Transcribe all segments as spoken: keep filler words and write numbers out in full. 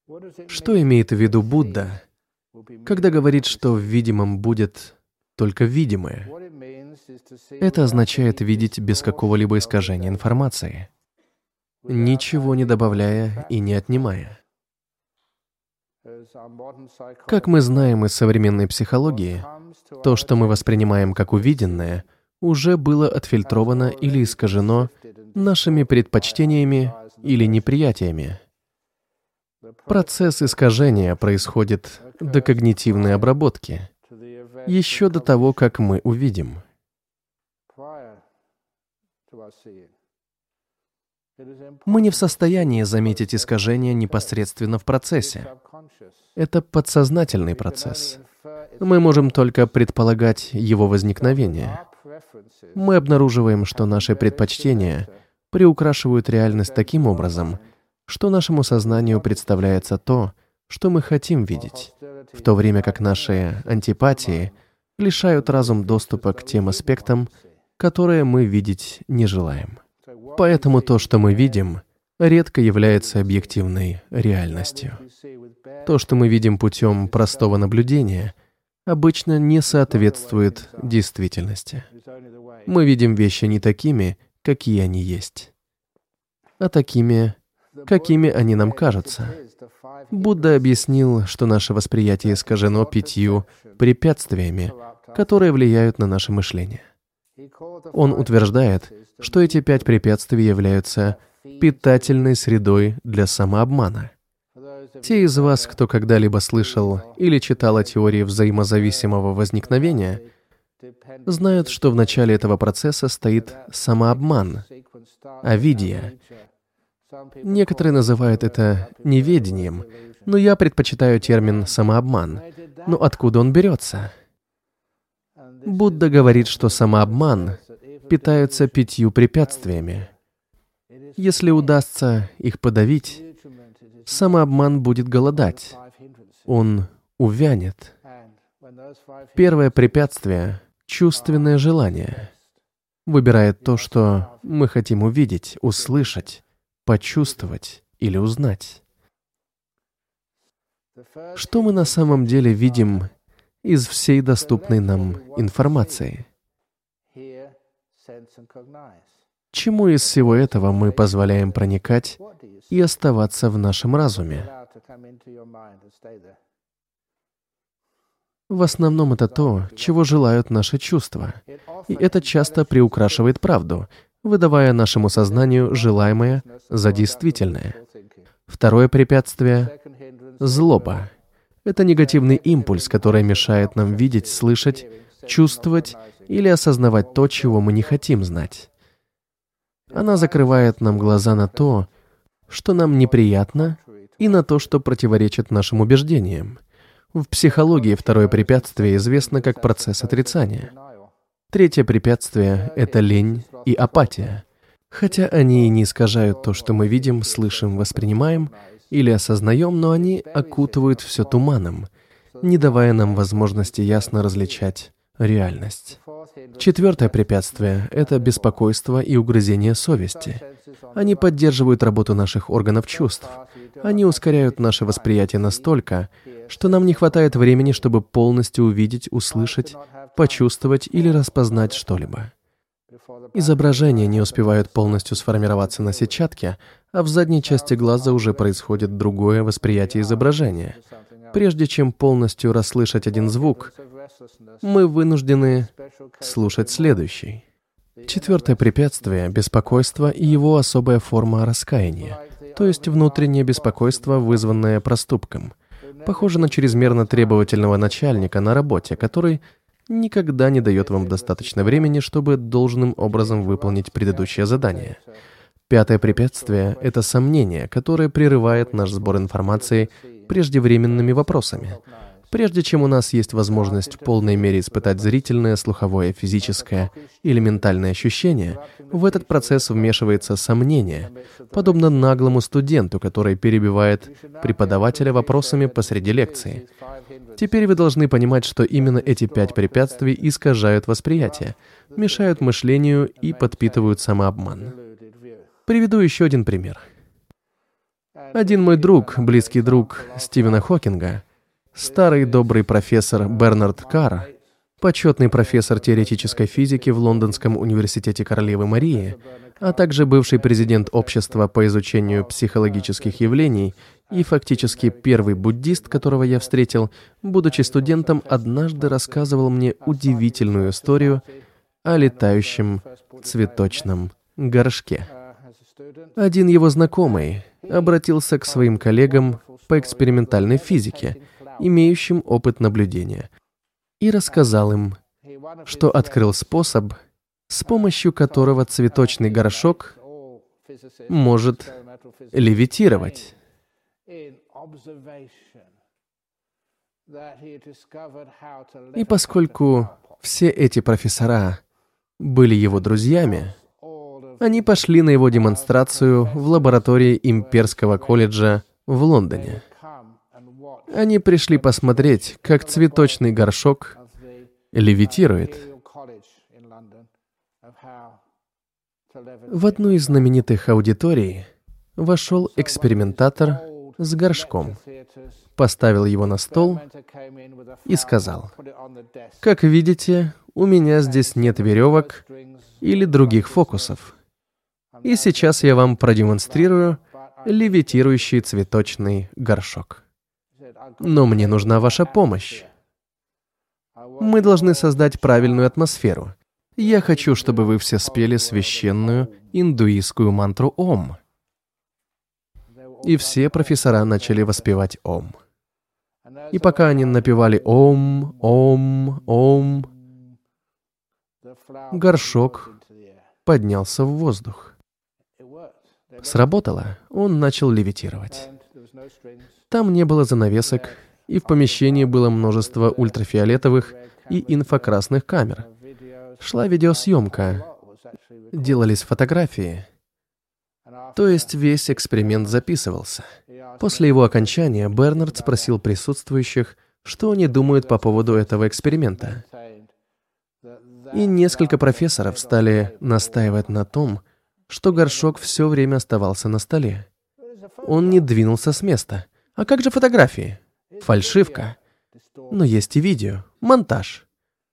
Что имеет в виду Будда, когда говорит, что в видимом будет только видимое? Это означает видеть без какого-либо искажения информации, ничего не добавляя и не отнимая. Как мы знаем из современной психологии, то, что мы воспринимаем как увиденное, уже было отфильтровано или искажено нашими предпочтениями или неприятиями. Процесс искажения происходит до когнитивной обработки, еще до того, как мы увидим. Мы не в состоянии заметить искажение непосредственно в процессе. Это подсознательный процесс. Мы можем только предполагать его возникновение. Мы обнаруживаем, что наши предпочтения приукрашивают реальность таким образом, что нашему сознанию представляется то, что мы хотим видеть, в то время как наши антипатии лишают разум доступа к тем аспектам, которые мы видеть не желаем. Поэтому то, что мы видим, редко является объективной реальностью. То, что мы видим путем простого наблюдения, обычно не соответствует действительности. Мы видим вещи не такими, какие они есть, а такими, какими они нам кажутся. Будда объяснил, что наше восприятие искажено пятью препятствиями, которые влияют на наше мышление. Он утверждает, что эти пять препятствий являются питательной средой для самообмана. Те из вас, кто когда-либо слышал или читал о теории взаимозависимого возникновения, знают, что в начале этого процесса стоит самообман, авидия. Некоторые называют это неведением, но я предпочитаю термин «самообман». Но откуда он берется? Будда говорит, что самообман питается пятью препятствиями. Если удастся их подавить, самообман будет голодать. Он увянет. Первое препятствие — чувственное желание. Выбирает то, что мы хотим увидеть, услышать, почувствовать или узнать. Что мы на самом деле видим из всей доступной нам информации? Чему из всего этого мы позволяем проникать и оставаться в нашем разуме? В основном это то, чего желают наши чувства, и это часто приукрашивает правду, выдавая нашему сознанию желаемое за действительное. Второе препятствие — злоба. Это негативный импульс, который мешает нам видеть, слышать, чувствовать или осознавать то, чего мы не хотим знать. Она закрывает нам глаза на то, что нам неприятно, и на то, что противоречит нашим убеждениям. В психологии второе препятствие известно как процесс отрицания. Третье препятствие — это лень и апатия. Хотя они и не искажают то, что мы видим, слышим, воспринимаем или осознаем, но они окутывают все туманом, не давая нам возможности ясно различать реальность. Четвертое препятствие — это беспокойство и угрызение совести. Они поддерживают работу наших органов чувств. Они ускоряют наше восприятие настолько, что нам не хватает времени, чтобы полностью увидеть, услышать, почувствовать или распознать что-либо. Изображения не успевают полностью сформироваться на сетчатке, а в задней части глаза уже происходит другое восприятие изображения. Прежде чем полностью расслышать один звук, мы вынуждены слушать следующий. Четвертое препятствие — беспокойство и его особая форма раскаяния, то есть внутреннее беспокойство, вызванное проступком. Похоже на чрезмерно требовательного начальника на работе, который никогда не дает вам достаточно времени, чтобы должным образом выполнить предыдущее задание. Пятое препятствие — это сомнение, которое прерывает наш сбор информации преждевременными вопросами. Прежде чем у нас есть возможность в полной мере испытать зрительное, слуховое, физическое или ментальное ощущение, в этот процесс вмешивается сомнение, подобно наглому студенту, который перебивает преподавателя вопросами посреди лекции. Теперь вы должны понимать, что именно эти пять препятствий искажают восприятие, мешают мышлению и подпитывают самообман. Приведу еще один пример. Один мой друг, близкий друг Стивена Хокинга, старый добрый профессор Бернард Карр, почетный профессор теоретической физики в Лондонском университете Королевы Марии, а также бывший президент общества по изучению психологических явлений и фактически первый буддист, которого я встретил, будучи студентом, однажды рассказывал мне удивительную историю о летающем цветочном горшке. Один его знакомый обратился к своим коллегам по экспериментальной физике, имеющим опыт наблюдения, и рассказал им, что открыл способ, с помощью которого цветочный горшок может левитировать. И поскольку все эти профессора были его друзьями, они пошли на его демонстрацию в лаборатории Имперского колледжа в Лондоне. Они пришли посмотреть, как цветочный горшок левитирует. В одну из знаменитых аудиторий вошел экспериментатор с горшком, поставил его на стол и сказал: «Как видите, у меня здесь нет веревок или других фокусов. И сейчас я вам продемонстрирую левитирующий цветочный горшок. Но мне нужна ваша помощь. Мы должны создать правильную атмосферу. Я хочу, чтобы вы все спели священную индуистскую мантру Ом». И все профессора начали воспевать Ом. И пока они напевали Ом, Ом, Ом, горшок поднялся в воздух. Сработало, он начал левитировать. Там не было занавесок, и в помещении было множество ультрафиолетовых и инфракрасных камер. Шла видеосъемка, делались фотографии. То есть весь эксперимент записывался. После его окончания Бернард спросил присутствующих, что они думают по поводу этого эксперимента. И несколько профессоров стали настаивать на том, что горшок все время оставался на столе. Он не двинулся с места. А как же фотографии? Фальшивка. Но есть и видео. Монтаж.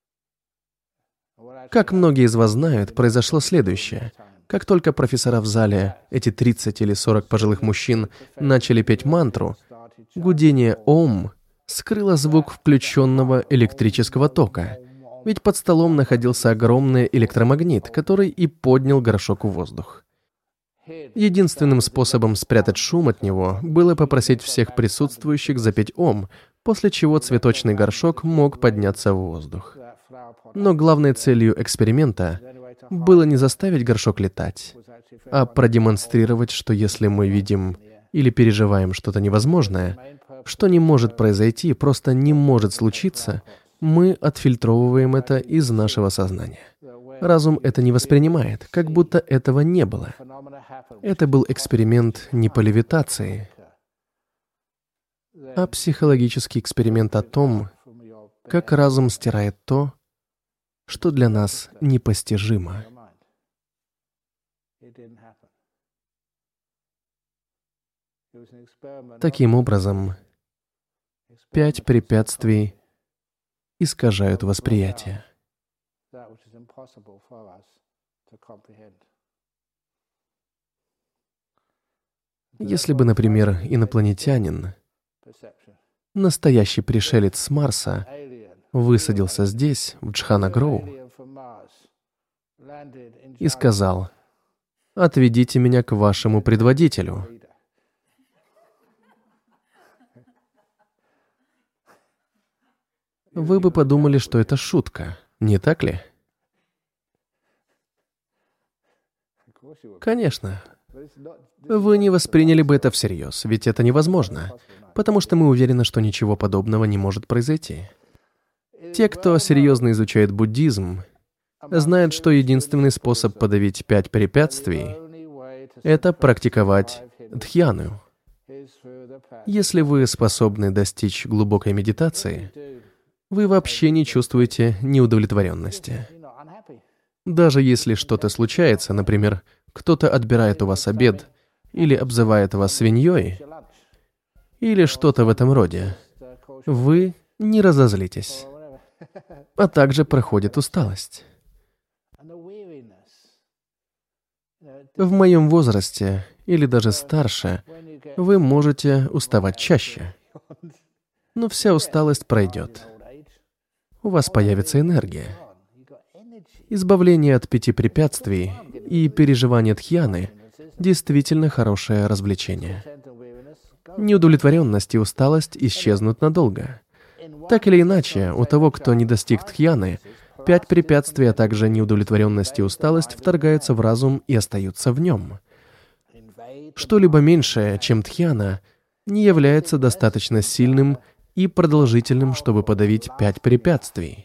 Как многие из вас знают, произошло следующее. Как только профессора в зале, эти тридцать или сорок пожилых мужчин, начали петь мантру, гудение «Ом» скрыло звук включенного электрического тока, ведь под столом находился огромный электромагнит, который и поднял горшок в воздух. Единственным способом спрятать шум от него было попросить всех присутствующих запеть «Ом», после чего цветочный горшок мог подняться в воздух. Но главной целью эксперимента было не заставить горшок летать, а продемонстрировать, что если мы видим или переживаем что-то невозможное, что не может произойти, просто не может случиться, мы отфильтровываем это из нашего сознания. Разум это не воспринимает, как будто этого не было. Это был эксперимент не по левитации, а психологический эксперимент о том, как разум стирает то, что для нас непостижимо. Таким образом, пять препятствий искажают восприятие. Если бы, например, инопланетянин, настоящий пришелец с Марса, высадился здесь, в Джханагроу, и сказал: «Отведите меня к вашему предводителю». Вы бы подумали, что это шутка, не так ли? Конечно. Вы не восприняли бы это всерьез, ведь это невозможно, потому что мы уверены, что ничего подобного не может произойти. Те, кто серьезно изучает буддизм, знают, что единственный способ подавить пять препятствий — это практиковать дхьяну. Если вы способны достичь глубокой медитации, вы вообще не чувствуете неудовлетворенности. Даже если что-то случается, например, кто-то отбирает у вас обед, или обзывает вас свиньей, или что-то в этом роде, вы не разозлитесь, а также проходит усталость. В моем возрасте, или даже старше, вы можете уставать чаще, но вся усталость пройдет. У вас появится энергия. Избавление от пяти препятствий и переживание дхьяны действительно хорошее развлечение. Неудовлетворенность и усталость исчезнут надолго. Так или иначе, у того, кто не достиг дхьяны, пять препятствий, а также неудовлетворенность и усталость вторгаются в разум и остаются в нем. Что-либо меньшее, чем дхьяна, не является достаточно сильным и продолжительным, чтобы подавить пять препятствий.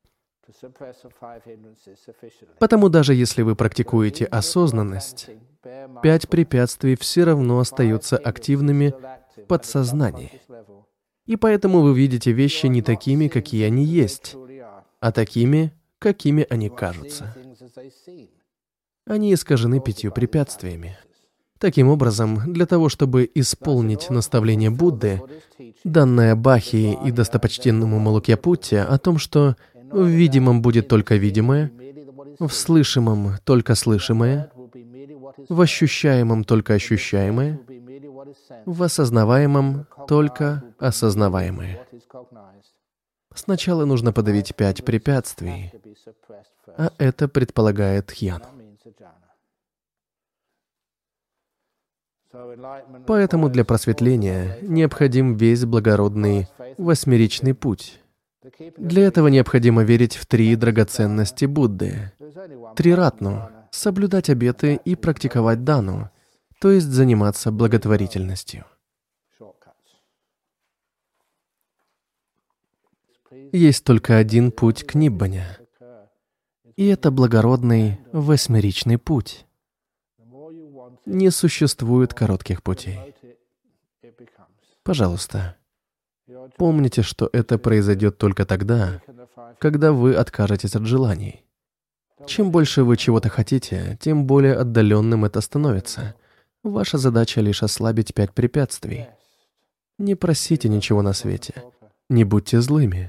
Потому даже если вы практикуете осознанность, пять препятствий все равно остаются активными в подсознании. И поэтому вы видите вещи не такими, какие они есть, а такими, какими они кажутся. Они искажены пятью препятствиями. Таким образом, для того, чтобы исполнить наставление Будды, данное Бахи и достопочтенному Малукья-Путте о том, что в видимом будет только видимое, в слышимом только слышимое, в ощущаемом только ощущаемое, в осознаваемом только осознаваемое. Сначала нужно подавить пять препятствий, а это предполагает дхьяну. Поэтому для просветления необходим весь благородный восьмеричный путь. Для этого необходимо верить в три драгоценности Будды. Триратну — соблюдать обеты и практиковать дану, то есть заниматься благотворительностью. Есть только один путь к Ниббане, и это благородный восьмеричный путь. Не существует коротких путей. Пожалуйста, помните, что это произойдет только тогда, когда вы откажетесь от желаний. Чем больше вы чего-то хотите, тем более отдаленным это становится. Ваша задача лишь ослабить пять препятствий. Не просите ничего на свете. Не будьте злыми.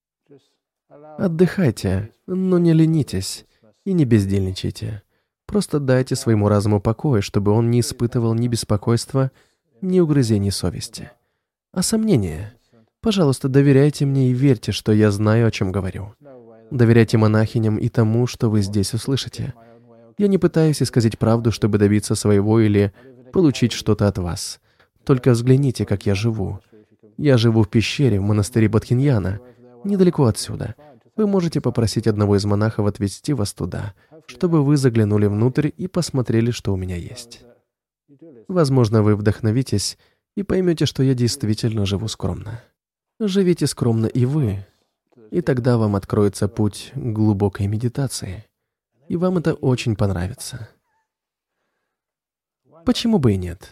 Отдыхайте, но не ленитесь и не бездельничайте. Просто дайте своему разуму покой, чтобы он не испытывал ни беспокойства, ни угрызений совести. А сомнения? Пожалуйста, доверяйте мне и верьте, что я знаю, о чем говорю. Доверяйте монахиням и тому, что вы здесь услышите. Я не пытаюсь исказить правду, чтобы добиться своего или получить что-то от вас. Только взгляните, как я живу. Я живу в пещере в монастыре Бодхиньяна, недалеко отсюда. Вы можете попросить одного из монахов отвезти вас туда, чтобы вы заглянули внутрь и посмотрели, что у меня есть. Возможно, вы вдохновитесь и поймете, что я действительно живу скромно. Живите скромно и вы, и тогда вам откроется путь к глубокой медитации, и вам это очень понравится. Почему бы и нет?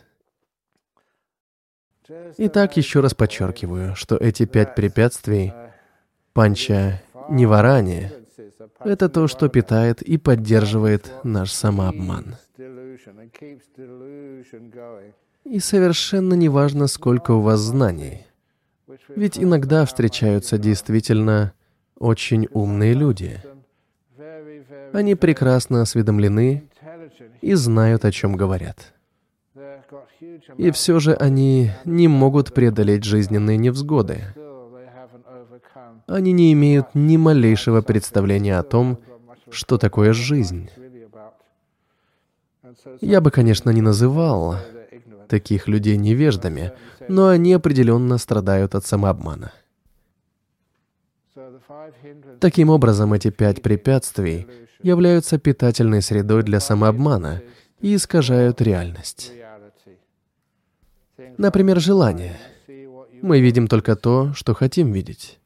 Итак, еще раз подчеркиваю, что эти пять препятствий панча ниварани — это то, что питает и поддерживает наш самообман. И совершенно не важно, сколько у вас знаний. Ведь иногда встречаются действительно очень умные люди. Они прекрасно осведомлены и знают, о чем говорят. И все же они не могут преодолеть жизненные невзгоды. Они не имеют ни малейшего представления о том, что такое жизнь. Я бы, конечно, не называл таких людей невеждами, но они определенно страдают от самообмана. Таким образом, эти пять препятствий являются питательной средой для самообмана и искажают реальность. Например, желание. Мы видим только то, что хотим видеть.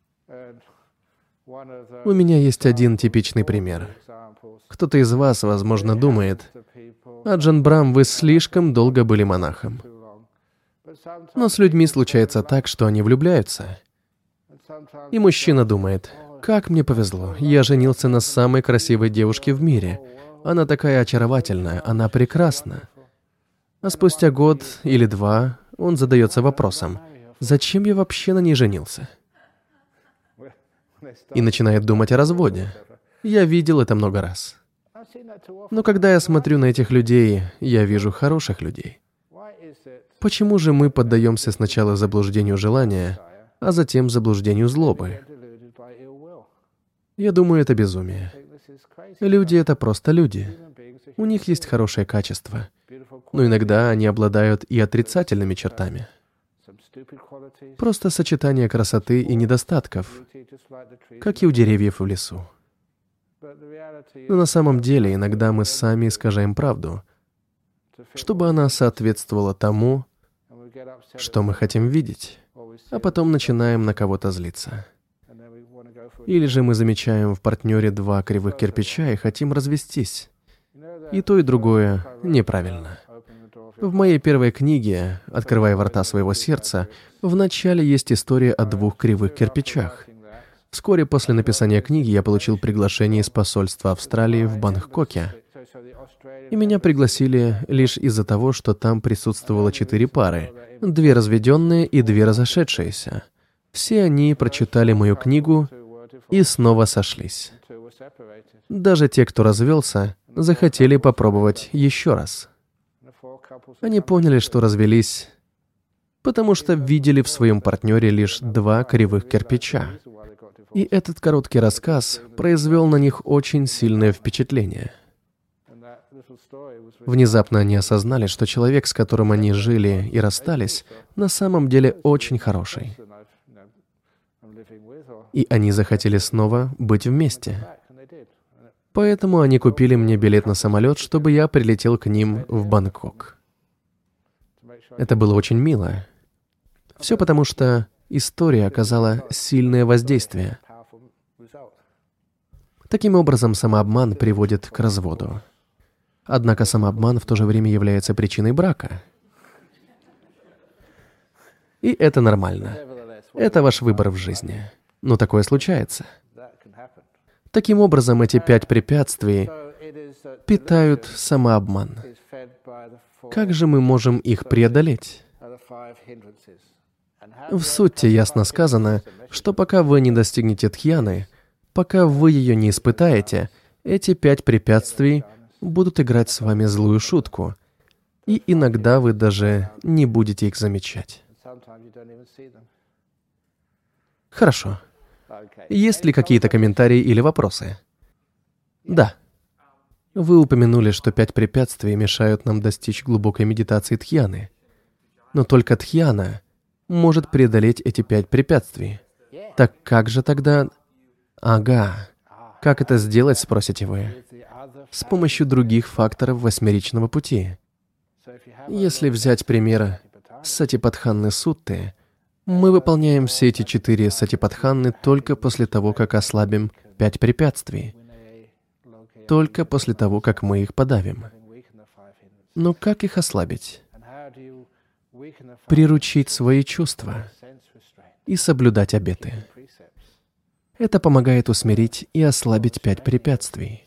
У меня есть один типичный пример. Кто-то из вас, возможно, думает: «Аджан Брам, вы слишком долго были монахом». Но с людьми случается так, что они влюбляются. И мужчина думает: «Как мне повезло, я женился на самой красивой девушке в мире. Она такая очаровательная, она прекрасна». А спустя год или два он задается вопросом, зачем я вообще на ней женился? И начинает думать о разводе. Я видел это много раз. Но когда я смотрю на этих людей, я вижу хороших людей. Почему же мы поддаемся сначала заблуждению желания, а затем заблуждению злобы? Я думаю, это безумие. Люди — это просто люди. У них есть хорошие качества, но иногда они обладают и отрицательными чертами. Просто сочетание красоты и недостатков, как и у деревьев в лесу. Но на самом деле иногда мы сами искажаем правду, чтобы она соответствовала тому, что мы хотим видеть, а потом начинаем на кого-то злиться. Или же мы замечаем в партнере два кривых кирпича и хотим развестись. И то, и другое неправильно. В моей первой книге «Открывая врата своего сердца» в начале есть история о двух кривых кирпичах. Вскоре после написания книги я получил приглашение из посольства Австралии в Бангкоке. И меня пригласили лишь из-за того, что там присутствовало четыре пары, две разведенные и две разошедшиеся. Все они прочитали мою книгу и снова сошлись. Даже те, кто развелся, захотели попробовать еще раз. Они поняли, что развелись, потому что видели в своем партнере лишь два кривых кирпича. И этот короткий рассказ произвел на них очень сильное впечатление. Внезапно они осознали, что человек, с которым они жили и расстались, на самом деле очень хороший. И они захотели снова быть вместе. Поэтому они купили мне билет на самолет, чтобы я прилетел к ним в Бангкок. Это было очень мило. Все потому, что история оказала сильное воздействие. Таким образом, самообман приводит к разводу. Однако самообман в то же время является причиной брака. И это нормально. Это ваш выбор в жизни. Но такое случается. Таким образом, эти пять препятствий питают самообман. Как же мы можем их преодолеть? В сути ясно сказано, что пока вы не достигнете дхьяны, пока вы ее не испытаете, эти пять препятствий будут играть с вами злую шутку, и иногда вы даже не будете их замечать. Хорошо. Есть ли какие-то комментарии или вопросы? Да. Вы упомянули, что пять препятствий мешают нам достичь глубокой медитации дхьяны. Но только дхьяна может преодолеть эти пять препятствий. Так как же тогда... Ага. Как это сделать, спросите вы? С помощью других факторов восьмеричного пути. Если взять пример Сатипатханны Сутты, мы выполняем все эти четыре Сатипатханны только после того, как ослабим пять препятствий. Только после того, как мы их подавим. Но как их ослабить? Приручить свои чувства и соблюдать обеты. Это помогает усмирить и ослабить пять препятствий.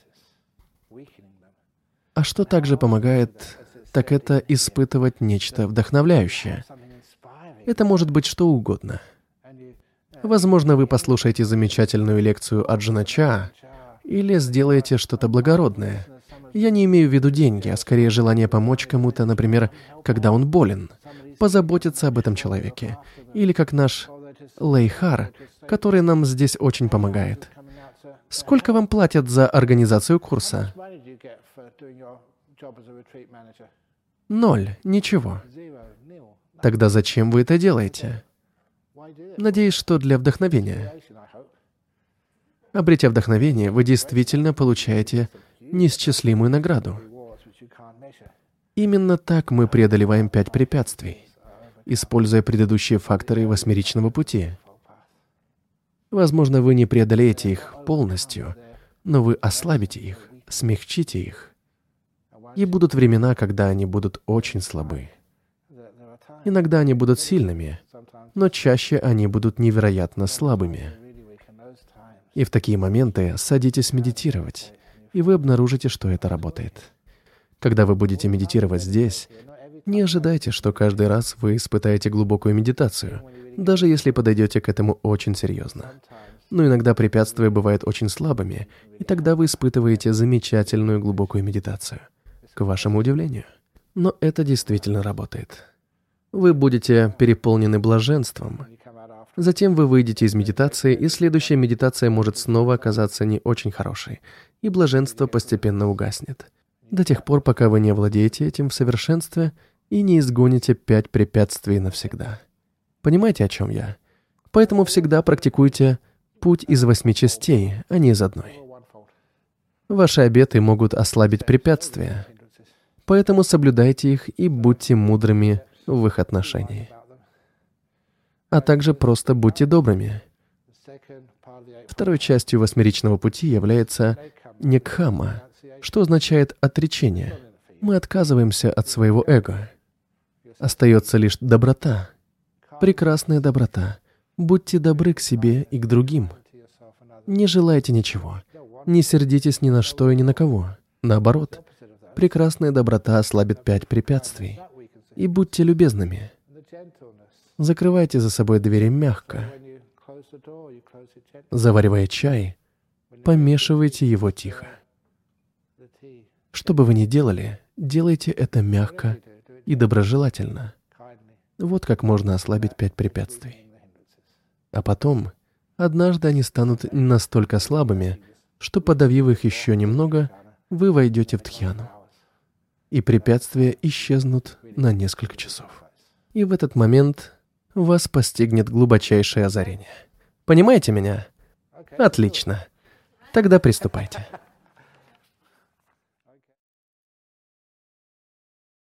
А что также помогает, так это испытывать нечто вдохновляющее. Это может быть что угодно. Возможно, вы послушаете замечательную лекцию Аджана Ча или сделаете что-то благородное. Я не имею в виду деньги, а скорее желание помочь кому-то, например, когда он болен, позаботиться об этом человеке. Или как наш Лейхар, который нам здесь очень помогает. Сколько вам платят за организацию курса? Ноль. Ничего. Тогда зачем вы это делаете? Надеюсь, что для вдохновения. Обретя вдохновение, вы действительно получаете неисчислимую награду. Именно так мы преодолеваем пять препятствий, используя предыдущие факторы восьмеричного пути. Возможно, вы не преодолеете их полностью, но вы ослабите их, смягчите их. И будут времена, когда они будут очень слабы. Иногда они будут сильными, но чаще они будут невероятно слабыми. И в такие моменты садитесь медитировать, и вы обнаружите, что это работает. Когда вы будете медитировать здесь, Не ожидайте, что каждый раз вы испытаете глубокую медитацию, даже если подойдете к этому очень серьезно. Но иногда препятствия бывают очень слабыми, и тогда вы испытываете замечательную глубокую медитацию. К вашему удивлению. Но это действительно работает. Вы будете переполнены блаженством. Затем вы выйдете из медитации, и следующая медитация может снова оказаться не очень хорошей, и блаженство постепенно угаснет. До тех пор, пока вы не владеете этим в совершенстве и не изгоните пять препятствий навсегда. Понимаете, о чем я? Поэтому всегда практикуйте путь из восьми частей, а не из одной. Ваши обеты могут ослабить препятствия, поэтому соблюдайте их и будьте мудрыми в их отношении. А также просто будьте добрыми. Второй частью восьмеричного пути является некхама, что означает отречение. Мы отказываемся от своего эго. Остается лишь доброта. Прекрасная доброта. Будьте добры к себе и к другим. Не желайте ничего. Не сердитесь ни на что и ни на кого. Наоборот, прекрасная доброта ослабит пять препятствий. И будьте любезными. Закрывайте за собой двери мягко. Заваривая чай, помешивайте его тихо. Что бы вы ни делали, делайте это мягко и доброжелательно. Вот как можно ослабить пять препятствий. А потом, однажды они станут настолько слабыми, что, подавив их еще немного, вы войдете в дхьяну. И препятствия исчезнут на несколько часов. И в этот момент вас постигнет глубочайшее озарение. Понимаете меня? Отлично. Тогда приступайте.